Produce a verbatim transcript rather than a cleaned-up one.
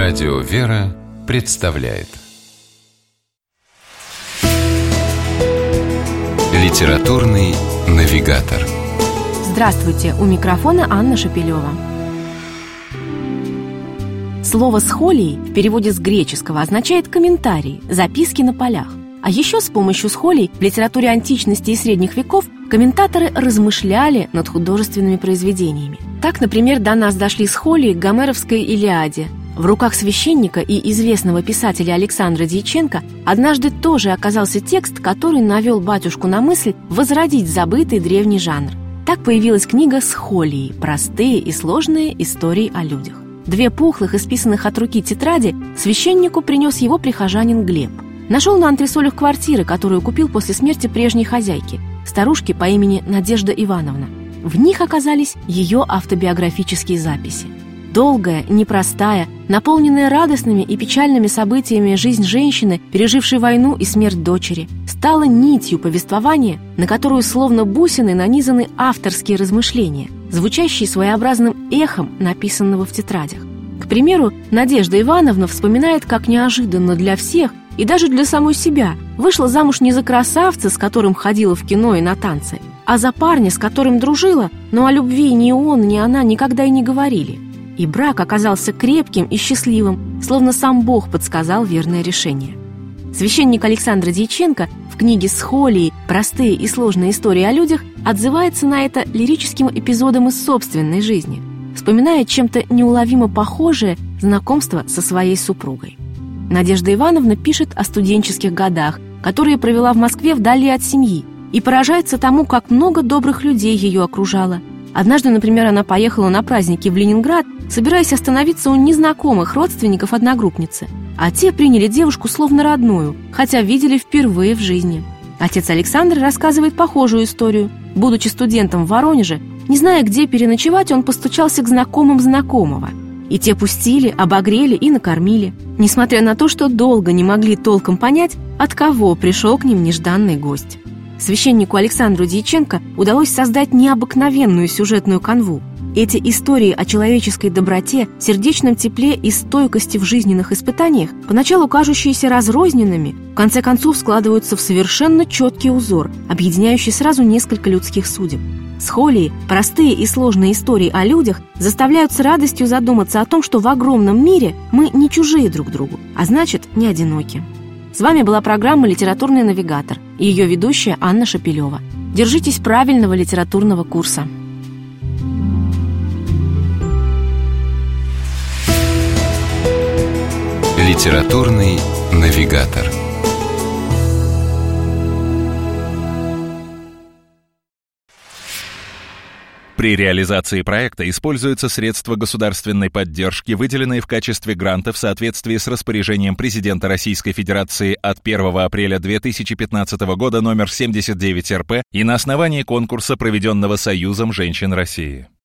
Радио «Вера» представляет Литературный навигатор. Здравствуйте, у микрофона Анна Шапилева. Слово «схолий» в переводе с греческого означает «комментарий», «записки на полях». А еще с помощью схолий в литературе античности и средних веков комментаторы размышляли над художественными произведениями. Так, например, до нас дошли схолии к гомеровской «Илиаде». В руках священника и известного писателя Александра Дьяченко однажды тоже оказался текст, который навел батюшку на мысль возродить забытый древний жанр. Так появилась книга «Схолии. Простые и сложные истории о людях». Две пухлых, исписанных от руки тетради священнику принес его прихожанин Глеб. Нашел на антресолях квартиры, которую купил после смерти прежней хозяйки, старушки по имени Надежда Ивановна. В них оказались ее автобиографические записи. Долгая, непростая, наполненная радостными и печальными событиями жизнь женщины, пережившей войну и смерть дочери, стала нитью повествования, на которую словно бусины нанизаны авторские размышления, звучащие своеобразным эхом написанного в тетрадях. К примеру, Надежда Ивановна вспоминает, как неожиданно для всех и даже для самой себя вышла замуж не за красавца, с которым ходила в кино и на танцы, а за парня, с которым дружила, но о любви ни он, ни она никогда и не говорили. И брак оказался крепким и счастливым, словно сам Бог подсказал верное решение. Священник Александр Дьяченко в книге «Схолии. Простые и сложные истории о людях» отзывается на это лирическим эпизодом из собственной жизни, вспоминая чем-то неуловимо похожее знакомство со своей супругой. Надежда Ивановна пишет о студенческих годах, которые провела в Москве вдали от семьи, и поражается тому, как много добрых людей ее окружало. Однажды, например, она поехала на праздники в Ленинград, собираясь остановиться у незнакомых родственников одногруппницы, а те приняли девушку словно родную, хотя видели впервые в жизни. Отец Александр рассказывает похожую историю. Будучи студентом в Воронеже, не зная, где переночевать, он постучался к знакомым знакомого. И те пустили, обогрели и накормили, несмотря на то, что долго не могли толком понять, от кого пришел к ним нежданный гость. Священнику Александру Дьяченко удалось создать необыкновенную сюжетную канву. Эти истории о человеческой доброте, сердечном тепле и стойкости в жизненных испытаниях, поначалу кажущиеся разрозненными, в конце концов складываются в совершенно четкий узор, объединяющий сразу несколько людских судеб. Схолии, простые и сложные истории о людях, заставляют с радостью задуматься о том, что в огромном мире мы не чужие друг другу, а значит, не одиноки. С вами была программа «Литературный навигатор» и ее ведущая Анна Шапилева. Держитесь правильного литературного курса. Литературный навигатор. При реализации проекта используются средства государственной поддержки, выделенные в качестве гранта в соответствии с распоряжением президента Российской Федерации от первого апреля две тысячи пятнадцатого года номер семьдесят девять эр пэ и на основании конкурса, проведенного Союзом женщин России.